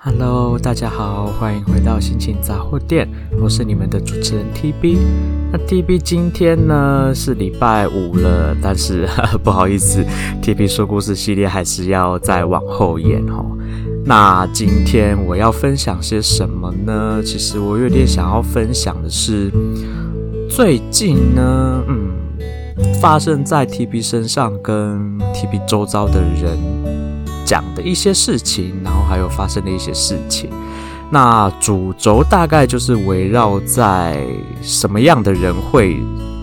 Hello， 大家好，欢迎回到心情杂货店，我是你们的主持人 TB。那 TB 今天呢是礼拜五了，但是不好意思 ，TB 说故事系列还是要再往后延哦。那今天我要分享些什么呢？其实我有点想要分享的是，最近呢，发生在 TB 身上跟 TB 周遭的人讲的一些事情，然后还有发生的一些事情。那主轴大概就是围绕在什么样的人会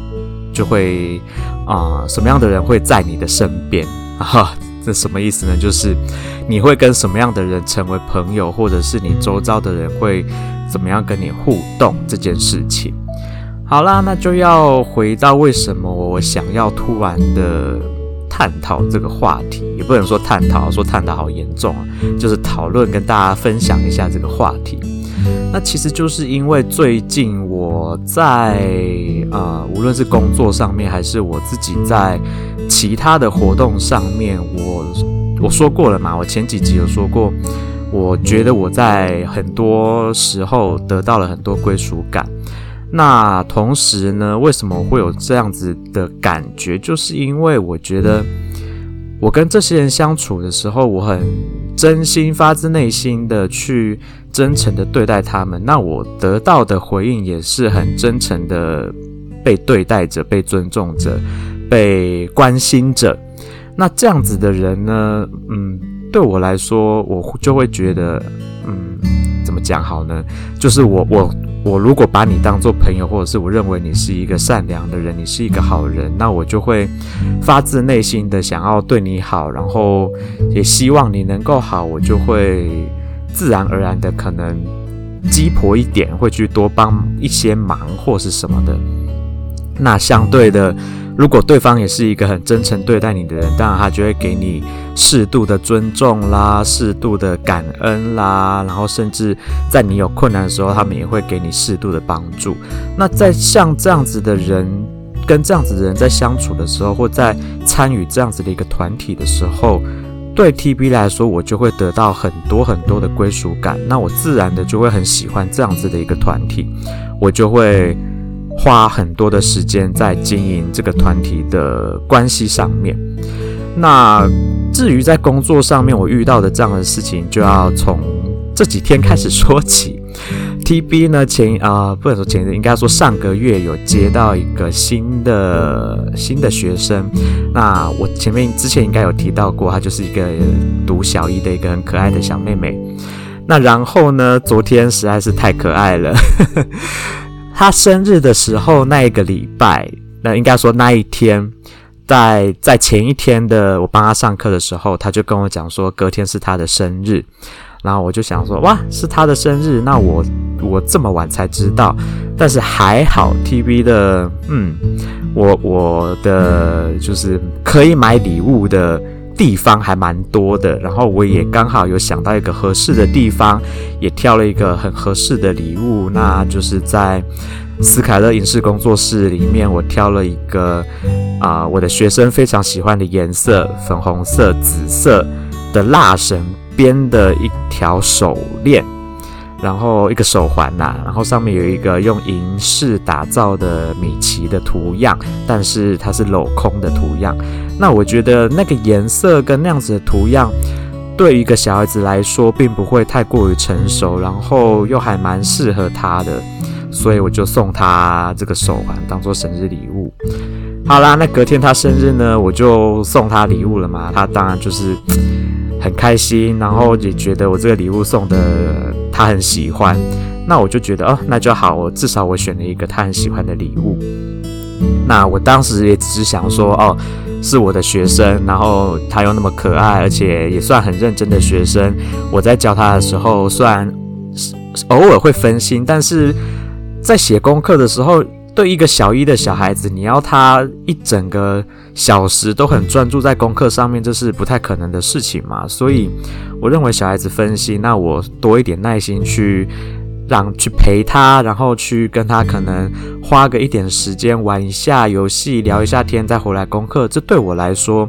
什么样的人会在你的身边啊？这什么意思呢？就是你会跟什么样的人成为朋友，或者是你周遭的人会怎么样跟你互动这件事情。好啦，那就要回到为什么我想要突然的探讨这个话题，也不能说探讨，说探讨好严重啊，就是讨论跟大家分享一下这个话题。那其实就是因为最近我在无论是工作上面，还是我自己在其他的活动上面，我说过了嘛，我前几集有说过，我觉得我在很多时候得到了很多归属感。那同时呢，为什么会有这样子的感觉？就是因为我觉得我跟这些人相处的时候，我很真心发自内心的去真诚的对待他们，那我得到的回应也是很真诚的被对待着，被尊重着，被关心着。那这样子的人呢，对我来说，我就会觉得怎么讲好呢？就是我如果把你当作朋友，或者是我认为你是一个善良的人，你是一个好人，那我就会发自内心的想要对你好，然后也希望你能够好，我就会自然而然的可能鸡婆一点，会去多帮一些忙或是什么的。那相对的，如果对方也是一个很真诚对待你的人，当然他就会给你适度的尊重啦，适度的感恩啦，然后甚至在你有困难的时候，他们也会给你适度的帮助。那在像这样子的人跟这样子的人在相处的时候，或在参与这样子的一个团体的时候，对 TB 来说，我就会得到很多很多的归属感。那我自然的就会很喜欢这样子的一个团体，我就会花很多的时间在经营这个团体的关系上面。那至于在工作上面我遇到的这样的事情，就要从这几天开始说起。TB 呢不能说前应该说上个月有接到一个新的学生。那我之前应该有提到过，她就是一个读小一的一个很可爱的小妹妹。那然后呢，昨天实在是太可爱了。他生日的时候那一个礼拜，那应该说那一天，在前一天的我帮他上课的时候，他就跟我讲说隔天是他的生日。然后我就想说，哇，是他的生日，那我这么晚才知道。但是还好 TB 的我的就是可以买礼物的地方还蛮多的，然后我也刚好有想到一个合适的地方，也挑了一个很合适的礼物，那就是在斯凯勒影视工作室里面，我挑了一个我的学生非常喜欢的颜色，粉红色、紫色的蜡绳编的一条手链，然后一个手环然后上面有一个用银饰打造的米奇的图样，但是它是镂空的图样。那我觉得那个颜色跟那样子的图样，对于一个小孩子来说并不会太过于成熟，然后又还蛮适合他的，所以我就送他这个手环当做生日礼物。好啦，那隔天他生日呢，我就送他礼物了嘛，他当然就是很开心，然后也觉得我这个礼物送的他很喜欢。那我就觉得那就好，至少我选了一个他很喜欢的礼物。那我当时也只是想说是我的学生，然后他又那么可爱，而且也算很认真的学生。我在教他的时候，虽然偶尔会分心，但是在写功课的时候，对一个小一的小孩子，你要他一整个小时都很专注在功课上面，这是不太可能的事情嘛。所以我认为小孩子分心，那我多一点耐心去陪他，然后去跟他可能花个一点时间玩一下游戏，聊一下天，再回来功课，这对我来说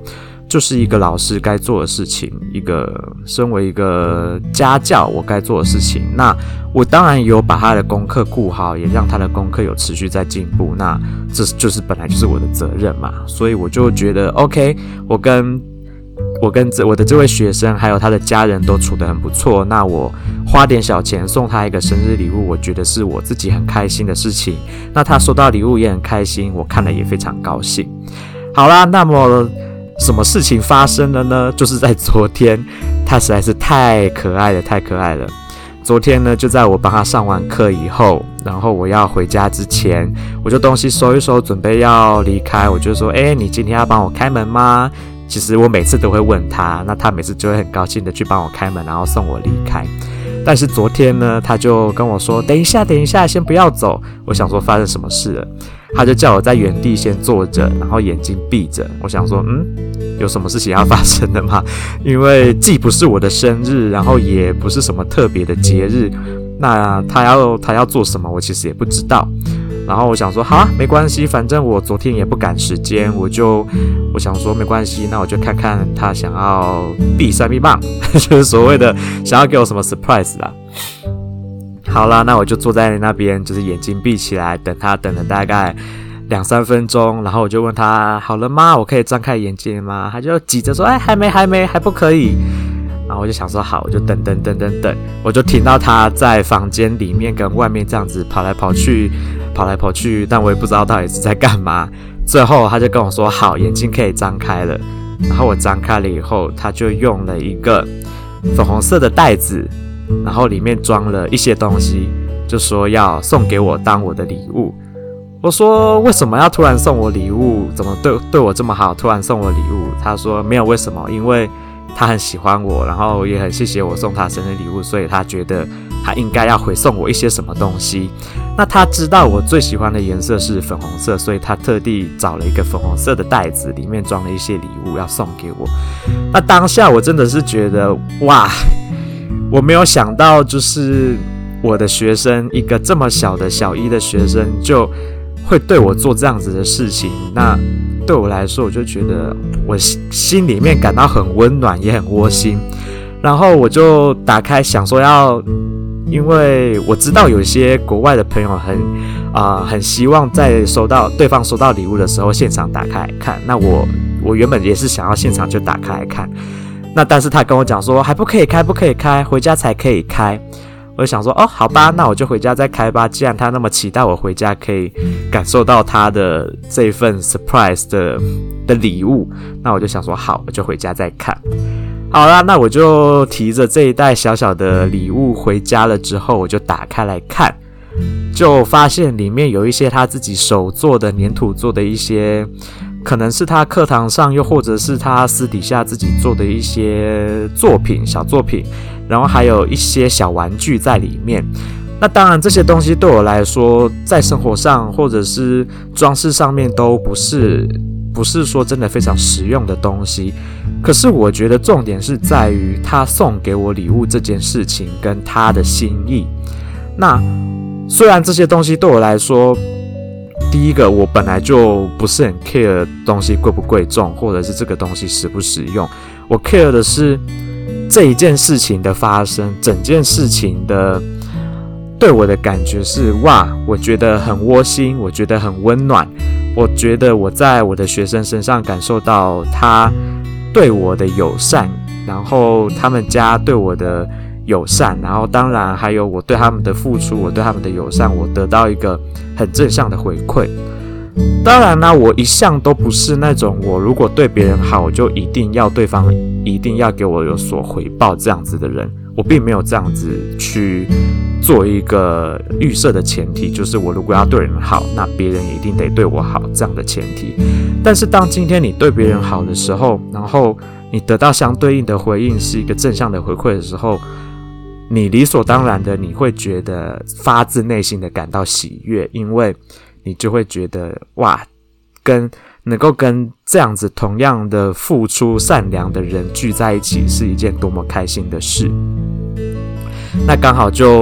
就是一个老师该做的事情，身为一个家教我该做的事情。那我当然有把他的功课顾好，也让他的功课有持续在进步，那这就是本来就是我的责任嘛。所以我就觉得 OK， 我跟我的这位学生还有他的家人都处得很不错，那我花点小钱送他一个生日礼物，我觉得是我自己很开心的事情。那他收到礼物也很开心，我看了也非常高兴。好啦，那么什么事情发生了呢？就是在昨天，他实在是太可爱了。昨天呢，就在我帮他上完课以后，然后我要回家之前，我就东西收一收，准备要离开。我就说：“你今天要帮我开门吗？”其实我每次都会问他，那他每次就会很高兴的去帮我开门，然后送我离开。但是昨天呢，他就跟我说：“等一下，先不要走。”我想说发生什么事了，他就叫我在原地先坐着，然后眼睛闭着。我想说，有什么事情要发生的吗？因为既不是我的生日，然后也不是什么特别的节日，那他要做什么，我其实也不知道。然后我想说，好啊，没关系，反正我昨天也不赶时间，我想说没关系，那我就看看他想要避三避棒，就是所谓的想要给我什么 surprise 啦。好啦，那我就坐在那边，就是眼睛闭起来，等他，等了大概2-3分钟，然后我就问他好了吗？我可以张开眼睛吗？他就急着说，还没，还不可以。然后我就想说好，我就等，我就听到他在房间里面跟外面这样子跑来跑去，但我也不知道到底是在干嘛。最后他就跟我说好，眼睛可以张开了。然后我张开了以后，他就用了一个粉红色的袋子，然后里面装了一些东西，就说要送给我当我的礼物。我说为什么要突然送我礼物？怎么对我这么好，突然送我礼物？他说没有为什么，因为他很喜欢我，然后也很谢谢我送他生日礼物，所以他觉得他应该要回送我一些什么东西。那他知道我最喜欢的颜色是粉红色，所以他特地找了一个粉红色的袋子，里面装了一些礼物要送给我。那当下我真的是觉得哇，我没有想到，就是我的学生，一个这么小的小一的学生就会对我做这样子的事情。那对我来说，我就觉得我心里面感到很温暖，也很窝心。然后我就打开想说因为我知道有些国外的朋友很希望在对方收到礼物的时候现场打开来看。那我原本也是想要现场就打开来看，那但是他跟我讲说还不可以开，回家才可以开。我就想说好吧，那我就回家再开吧。既然他那么期待我回家可以感受到他的这一份 surprise 的礼物，那我就想说好，我就回家再看。好啦，那我就提着这一袋小小的礼物回家了之后，我就打开来看，就发现里面有一些他自己手做的粘土做的一些，可能是他课堂上又或者是他私底下自己做的一些小作品，然后还有一些小玩具在里面。那当然这些东西对我来说在生活上或者是装饰上面都不是说真的非常实用的东西，可是我觉得重点是在于他送给我礼物这件事情跟他的心意。那虽然这些东西对我来说，第一个我本来就不是很 care 东西贵不贵重，或者是这个东西实不实用，我 care 的是这一件事情的发生，整件事情的对我的感觉是哇，我觉得很窝心，我觉得很温暖，我觉得我在我的学生身上感受到他对我的友善，然后他们家对我的友善，然后当然还有我对他们的付出，我对他们的友善，我得到一个很正向的回馈。当然啦，我一向都不是那种我如果对别人好，我就一定要对方一定要给我有所回报这样子的人，我并没有这样子去做一个预设的前提，就是我如果要对人好，那别人也一定得对我好这样的前提。但是当今天你对别人好的时候，然后你得到相对应的回应是一个正向的回馈的时候，你理所当然的你会觉得发自内心的感到喜悦，因为你就会觉得哇，能够跟这样子同样的付出善良的人聚在一起是一件多么开心的事。那刚好就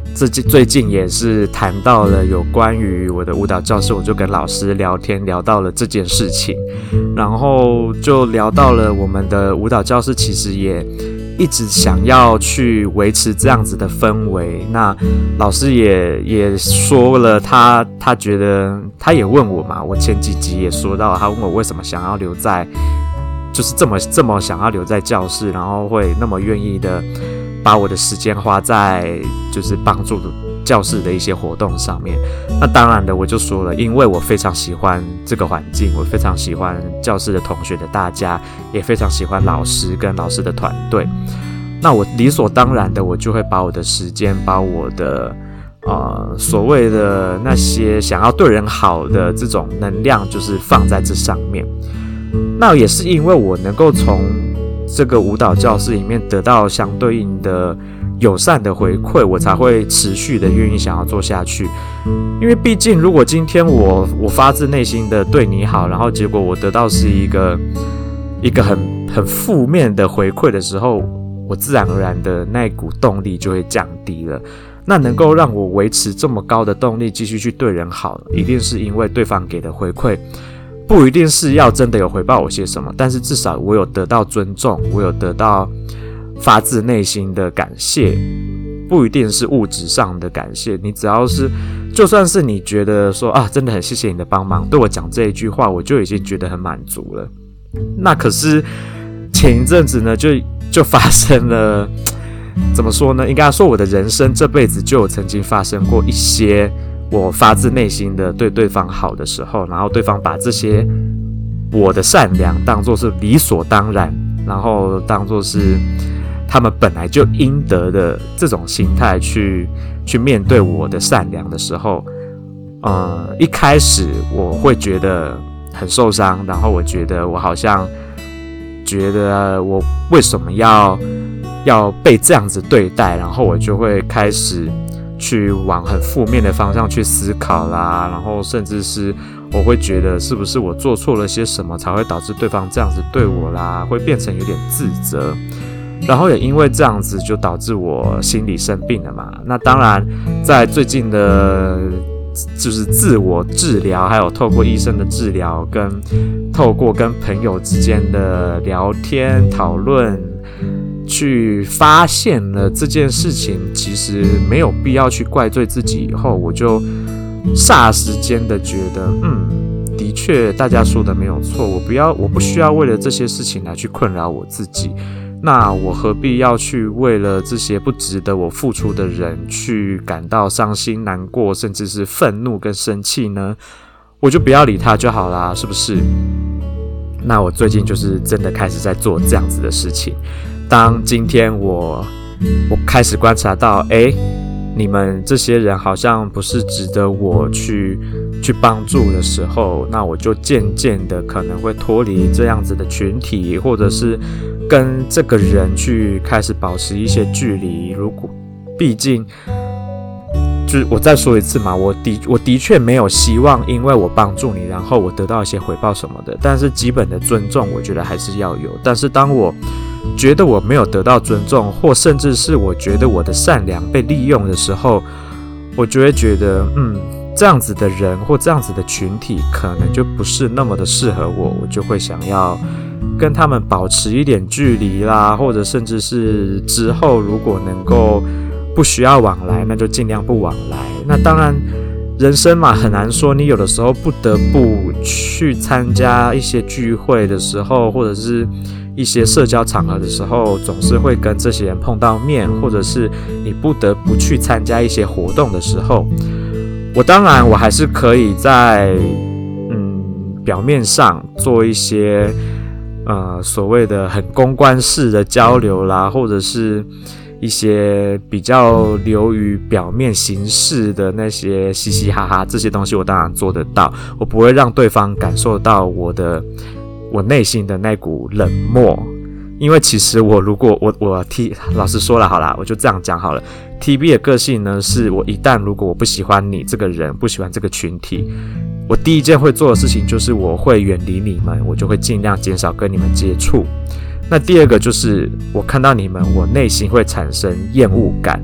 最近也是谈到了有关于我的舞蹈教室，我就跟老师聊天，聊到了这件事情，然后就聊到了我们的舞蹈教室其实也一直想要去维持这样子的氛围。那老师也说了他觉得，他也问我嘛，我前几集也说到，他问我为什么想要留在，就是这么想要留在教室，然后会那么愿意的把我的时间花在就是帮助教室的一些活动上面。那当然的，我就说了，因为我非常喜欢这个环境，我非常喜欢教室的同学的大家，也非常喜欢老师跟老师的团队。那我理所当然的，我就会把我的时间，把我的所谓的那些想要对人好的这种能量，就是放在这上面。那也是因为我能够从这个舞蹈教室里面得到相对应的友善的回馈，我才会持续的愿意想要做下去。因为毕竟如果今天我发自内心的对你好，然后结果我得到是一个很负面的回馈的时候，我自然而然的那股动力就会降低了。那能够让我维持这么高的动力继续去对人好，一定是因为对方给的回馈不一定是要真的有回报我些什么，但是至少我有得到尊重，我有得到发自内心的感谢，不一定是物质上的感谢。你只要是，就算是你觉得说真的很谢谢你的帮忙，对我讲这一句话，我就已经觉得很满足了。那可是前一阵子呢，就发生了，怎么说呢？应该说我的人生这辈子就有曾经发生过一些我发自内心的对对方好的时候，然后对方把这些我的善良当作是理所当然，然后当作是他们本来就应得的这种心态去面对我的善良的时候，一开始我会觉得很受伤，然后我觉得我好像觉得我为什么要被这样子对待，然后我就会开始去往很负面的方向去思考啦，然后甚至是我会觉得是不是我做错了些什么才会导致对方这样子对我啦，会变成有点自责，然后也因为这样子就导致我心理生病了嘛。那当然在最近的就是自我治疗，还有透过医生的治疗，跟透过跟朋友之间的聊天讨论，去发现了这件事情其实没有必要去怪罪自己，以后我就霎时间的觉得的确大家说的没有错，我不需要为了这些事情来去困扰我自己，那我何必要去为了这些不值得我付出的人去感到伤心难过，甚至是愤怒跟生气呢？我就不要理他就好啦，是不是？那我最近就是真的开始在做这样子的事情。当今天我开始观察到，你们这些人好像不是值得我去帮助的时候，那我就渐渐的可能会脱离这样子的群体，或者是跟这个人去开始保持一些距离。如果毕竟就是我再说一次嘛，我的确没有希望因为我帮助你，然后我得到一些回报什么的，但是基本的尊重我觉得还是要有。但是当我觉得我没有得到尊重，或甚至是我觉得我的善良被利用的时候，我就会觉得这样子的人或这样子的群体可能就不是那么的适合我，我就会想要跟他们保持一点距离啦，或者甚至是之后如果能够不需要往来，那就尽量不往来。那当然人生嘛，很难说，你有的时候不得不去参加一些聚会的时候，或者是一些社交场合的时候，总是会跟这些人碰到面，或者是你不得不去参加一些活动的时候，我还是可以在表面上做一些所谓的很公关式的交流啦，或者是一些比较流于表面形式的那些嘻嘻哈哈，这些东西我当然做得到，我不会让对方感受到我内心的那股冷漠。因为其实如果老实说了好啦，我就这样讲好了。TB 的个性呢，是我一旦如果我不喜欢你这个人，不喜欢这个群体，我第一件会做的事情就是我会远离你们，我就会尽量减少跟你们接触。那第二个就是我看到你们，我内心会产生厌恶感。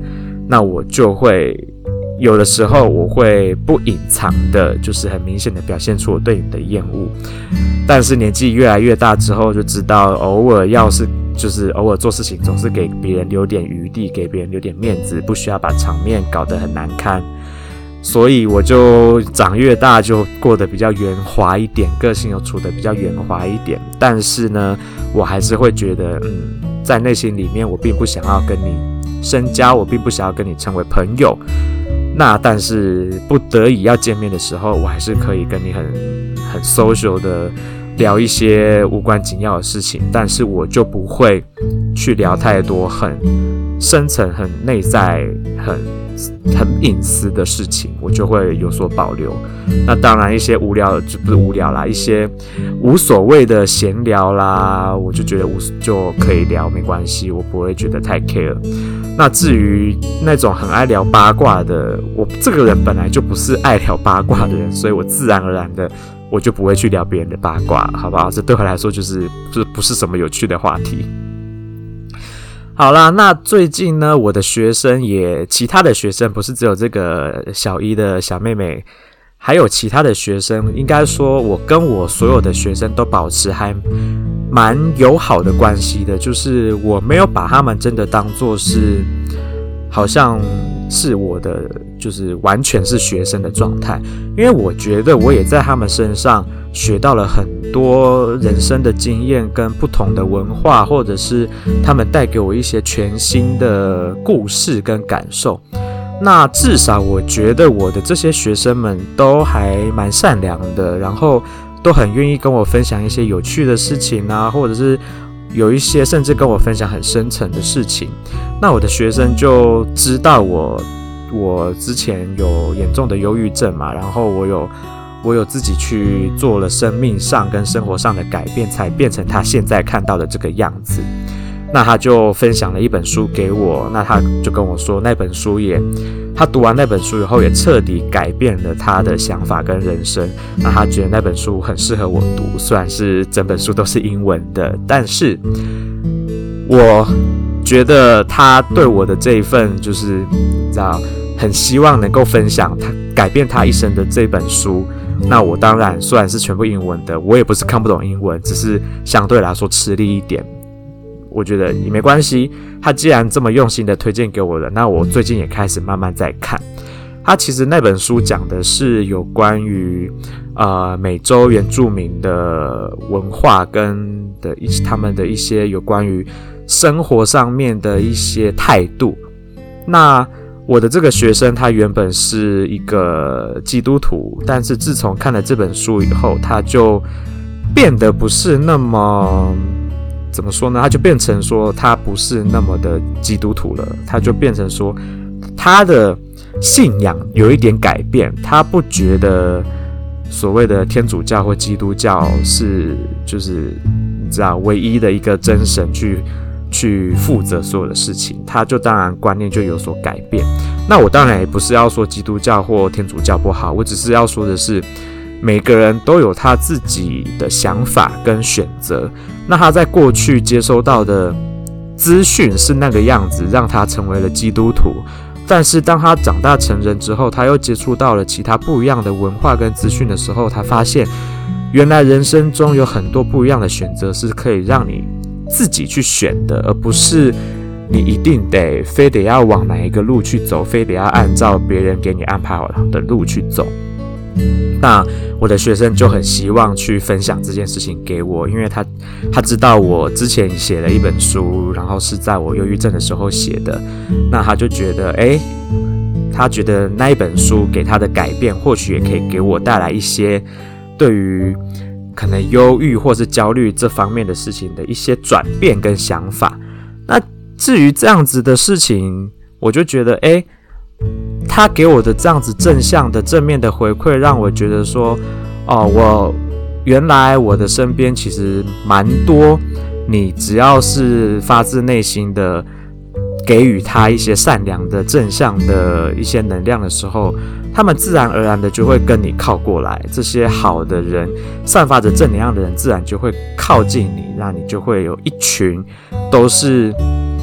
那我就会有的时候我会不隐藏的，就是很明显的表现出我对你的厌恶。但是年纪越来越大之后，就知道偶尔做事情总是给别人留点余地，给别人留点面子，不需要把场面搞得很难堪。所以我就长越大就过得比较圆滑一点，个性又处得比较圆滑一点。但是呢，我还是会觉得，在内心里面我并不想要跟你深交，我并不想要跟你成为朋友。那但是不得已要见面的时候，我还是可以跟你很 social 的聊一些无关紧要的事情，但是我就不会去聊太多很深层、很内在、很隐私的事情，我就会有所保留。那当然一些无聊就不是无聊啦，一些无所谓的闲聊啦，我就觉得就可以聊，没关系，我不会觉得太 care。那至于那种很爱聊八卦的，我这个人本来就不是爱聊八卦的人，所以我自然而然的我就不会去聊别人的八卦，好不好？这对我来说就是不是什么有趣的话题。好啦，那最近呢，我的学生其他的学生不是只有这个小一的小妹妹，还有其他的学生，应该说我跟我所有的学生都保持还蛮友好的关系的，就是我没有把他们真的当作是好像是我的就是完全是学生的状态，因为我觉得我也在他们身上学到了很多人生的经验跟不同的文化，或者是他们带给我一些全新的故事跟感受。那至少我觉得我的这些学生们都还蛮善良的，然后都很愿意跟我分享一些有趣的事情啊，或者是有一些甚至跟我分享很深层的事情。那我的学生就知道我之前有严重的忧郁症嘛，然后我有自己去做了生命上跟生活上的改变，才变成他现在看到的这个样子。那他就分享了一本书给我，那他就跟我说，那本书他读完那本书以后也彻底改变了他的想法跟人生。那他觉得那本书很适合我读，虽然是整本书都是英文的，但是我觉得他对我的这一份就是你知道很希望能够分享他改变他一生的这本书。那我当然虽然是全部英文的，我也不是看不懂英文，只是相对来说吃力一点，我觉得也没关系。他既然这么用心的推荐给我了，那我最近也开始慢慢在看。他其实那本书讲的是有关于美洲原住民的文化跟他们的一些有关于生活上面的一些态度。那我的这个学生他原本是一个基督徒，但是自从看了这本书以后，他就变得不是那么怎么说呢？他就变成说他不是那么的基督徒了，他就变成说他的信仰有一点改变，他不觉得所谓的天主教或基督教是就是你知道唯一的一个真神去负责所有的事情，他就当然观念就有所改变。那我当然也不是要说基督教或天主教不好，我只是要说的是每个人都有他自己的想法跟选择。那他在过去接收到的资讯是那个样子，让他成为了基督徒。但是当他长大成人之后，他又接触到了其他不一样的文化跟资讯的时候，他发现原来人生中有很多不一样的选择是可以让你自己去选的，而不是你一定非得要往哪一个路去走，非得要按照别人给你安排好的路去走。那我的学生就很希望去分享这件事情给我，因为他知道我之前写了一本书，然后是在我忧郁症的时候写的。那他就觉得他觉得那一本书给他的改变或许也可以给我带来一些对于可能忧郁或是焦虑这方面的事情的一些转变跟想法。那至于这样子的事情，我就觉得他给我的这样子正向的正面的回馈，让我觉得说我原来我的身边其实蛮多，你只要是发自内心的给予他一些善良的正向的一些能量的时候，他们自然而然的就会跟你靠过来。这些好的人，散发着正能量的人，自然就会靠近你，让你就会有一群都是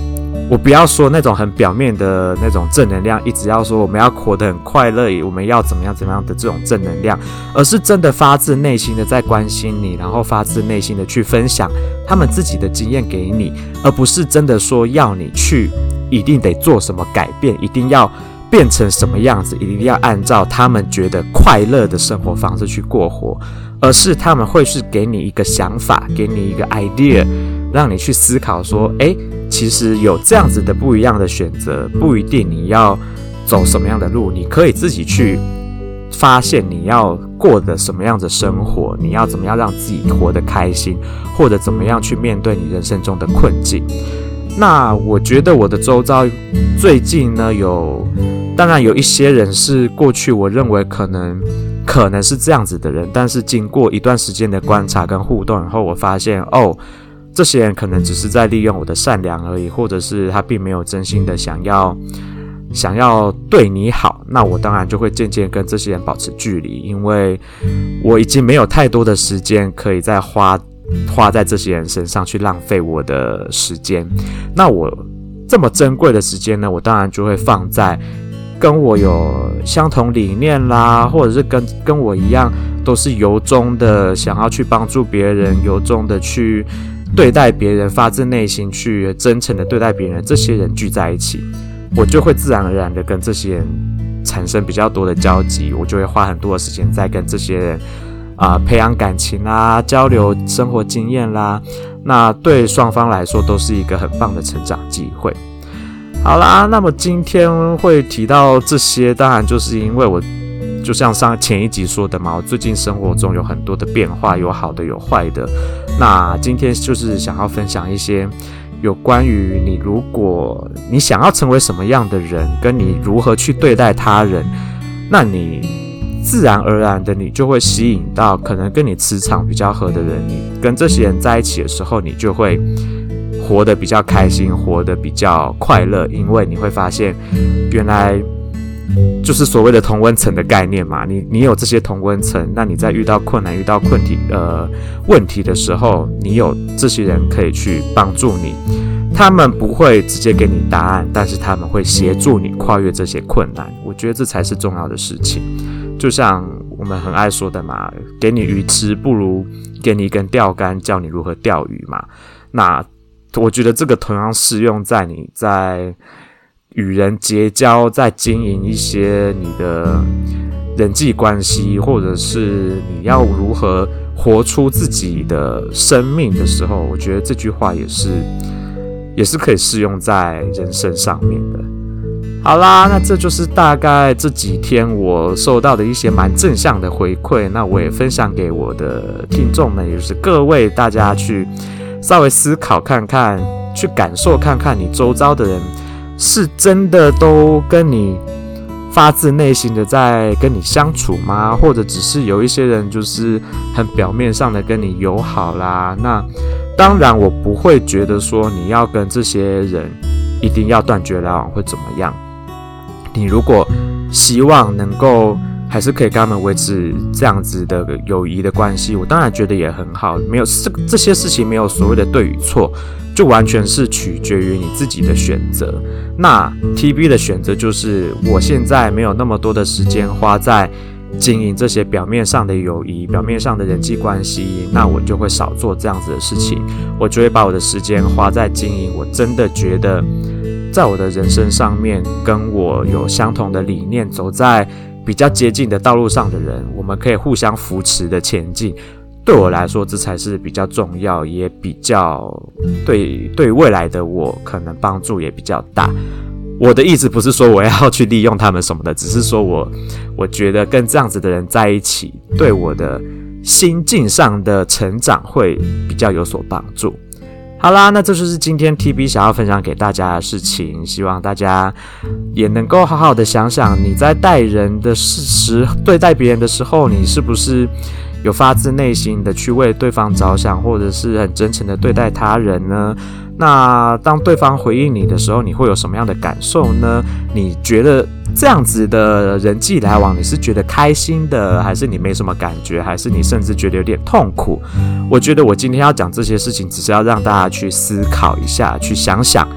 我不要说那种很表面的那种正能量，一直要说我们要活得很快乐，我们要怎么样的这种正能量，而是真的发自内心的在关心你，然后发自内心的去分享他们自己的经验给你，而不是真的说要你去一定得做什么改变，一定要变成什么样子，一定要按照他们觉得快乐的生活方式去过活，而是他们会是给你一个想法，给你一个 idea， 让你去思考说，其实有这样子的不一样的选择，不一定你要走什么样的路，你可以自己去发现你要过的什么样的生活，你要怎么样让自己活得开心，或者怎么样去面对你人生中的困境。那我觉得我的周遭最近呢，当然有一些人是过去我认为可能是这样子的人，但是经过一段时间的观察跟互动以后，我发现这些人可能只是在利用我的善良而已，或者是他并没有真心的想要对你好，那我当然就会渐渐跟这些人保持距离，因为我已经没有太多的时间可以再花在这些人身上去浪费我的时间。那我这么珍贵的时间呢，我当然就会放在跟我有相同理念啦，或者是跟我一样都是由衷的想要去帮助别人，由衷的去对待别人，发自内心去真诚的对待别人，这些人聚在一起，我就会自然而然的跟这些人产生比较多的交集，我就会花很多的时间在跟这些人培养感情啦，交流生活经验啦，那对双方来说都是一个很棒的成长机会。好啦，那么今天会提到这些，当然就是因为我就像前一集说的嘛，我最近生活中有很多的变化，有好的有坏的。那今天就是想要分享一些有关于如果你想要成为什么样的人，跟你如何去对待他人，那你自然而然的你就会吸引到可能跟你磁场比较合的人，你跟这些人在一起的时候，你就会活得比较开心，活得比较快乐，因为你会发现原来就是所谓的同温层的概念嘛，你有这些同温层，那你在遇到困难、遇到问题的时候，你有这些人可以去帮助你。他们不会直接给你答案，但是他们会协助你跨越这些困难。我觉得这才是重要的事情。就像我们很爱说的嘛，给你鱼吃不如给你一根钓竿，教你如何钓鱼嘛。那我觉得这个同样适用在你在与人结交，在经营一些你的人际关系，或者是你要如何活出自己的生命的时候，我觉得这句话也是可以适用在人生上面的。好啦，那这就是大概这几天我受到的一些蛮正向的回馈，那我也分享给我的听众们，也就是各位大家去稍微思考看看，去感受看看你周遭的人是真的都跟你发自内心的在跟你相处吗？或者只是有一些人就是很表面上的跟你友好啦？那当然我不会觉得说你要跟这些人一定要断绝来往会怎么样。你如果希望能够还是可以跟他们维持这样子的友谊的关系，我当然觉得也很好。没有这些事情没有所谓的对与错，就完全是取决于你自己的选择。那 TB 的选择就是我现在没有那么多的时间花在经营这些表面上的友谊，表面上的人际关系，那我就会少做这样子的事情，我就会把我的时间花在经营我真的觉得在我的人生上面跟我有相同的理念，走在比较接近的道路上的人，我们可以互相扶持的前进。对我来说这才是比较重要，也比较对未来的我可能帮助也比较大。我的意思不是说我要去利用他们什么的，只是说我觉得跟这样子的人在一起，对我的心境上的成长会比较有所帮助。好啦，那这就是今天 TB 想要分享给大家的事情，希望大家也能够好好的想想，你在对待别人的时候，你是不是有发自内心的去为对方着想，或者是很真诚的对待他人呢？那当对方回应你的时候，你会有什么样的感受呢？你觉得这样子的人际来往，你是觉得开心的，还是你没什么感觉，还是你甚至觉得有点痛苦？我觉得我今天要讲这些事情，只是要让大家去思考一下，去想想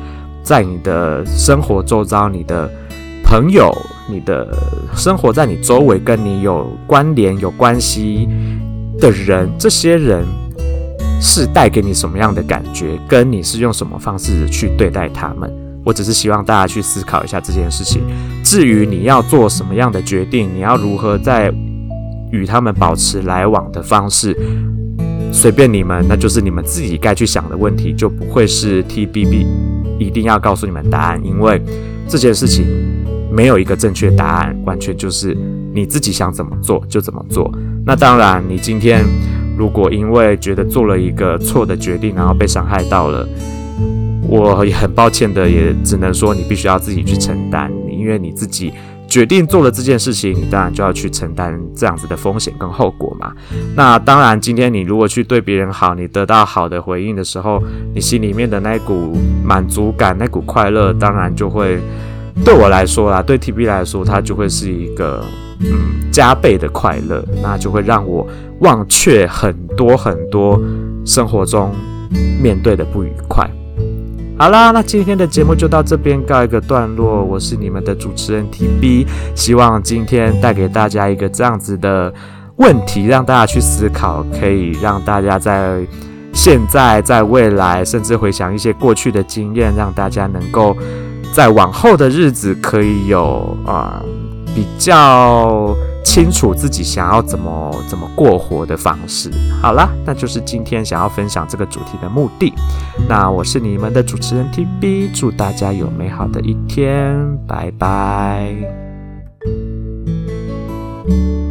在你的生活周遭，你的朋友，你的生活在你周围跟你有关联有关系的人，这些人是带给你什么样的感觉，跟你是用什么方式去对待他们。我只是希望大家去思考一下这件事情。至于你要做什么样的决定，你要如何在与他们保持来往的方式，随便你们，那就是你们自己该去想的问题，就不会是 TBB 一定要告诉你们答案，因为这件事情没有一个正确答案，完全就是你自己想怎么做就怎么做。那当然，你今天如果因为觉得做了一个错的决定，然后被伤害到了，我也很抱歉的，也只能说你必须要自己去承担，因为你自己决定做了这件事情，你当然就要去承担这样子的风险跟后果嘛。那当然，今天你如果去对别人好，你得到好的回应的时候，你心里面的那股满足感、那股快乐，当然就会对我来说啦，对 TB 来说，它就会是一个加倍的快乐，那就会让我忘却很多很多生活中面对的不愉快。好啦，那今天的节目就到这边告一个段落。我是你们的主持人 TB， 希望今天带给大家一个这样子的问题，让大家去思考，可以让大家在现在、在未来，甚至回想一些过去的经验，让大家能够在往后的日子可以有比较清楚自己想要怎么过活的方式。好啦，那就是今天想要分享这个主题的目的。那我是你们的主持人 TB， 祝大家有美好的一天，拜拜。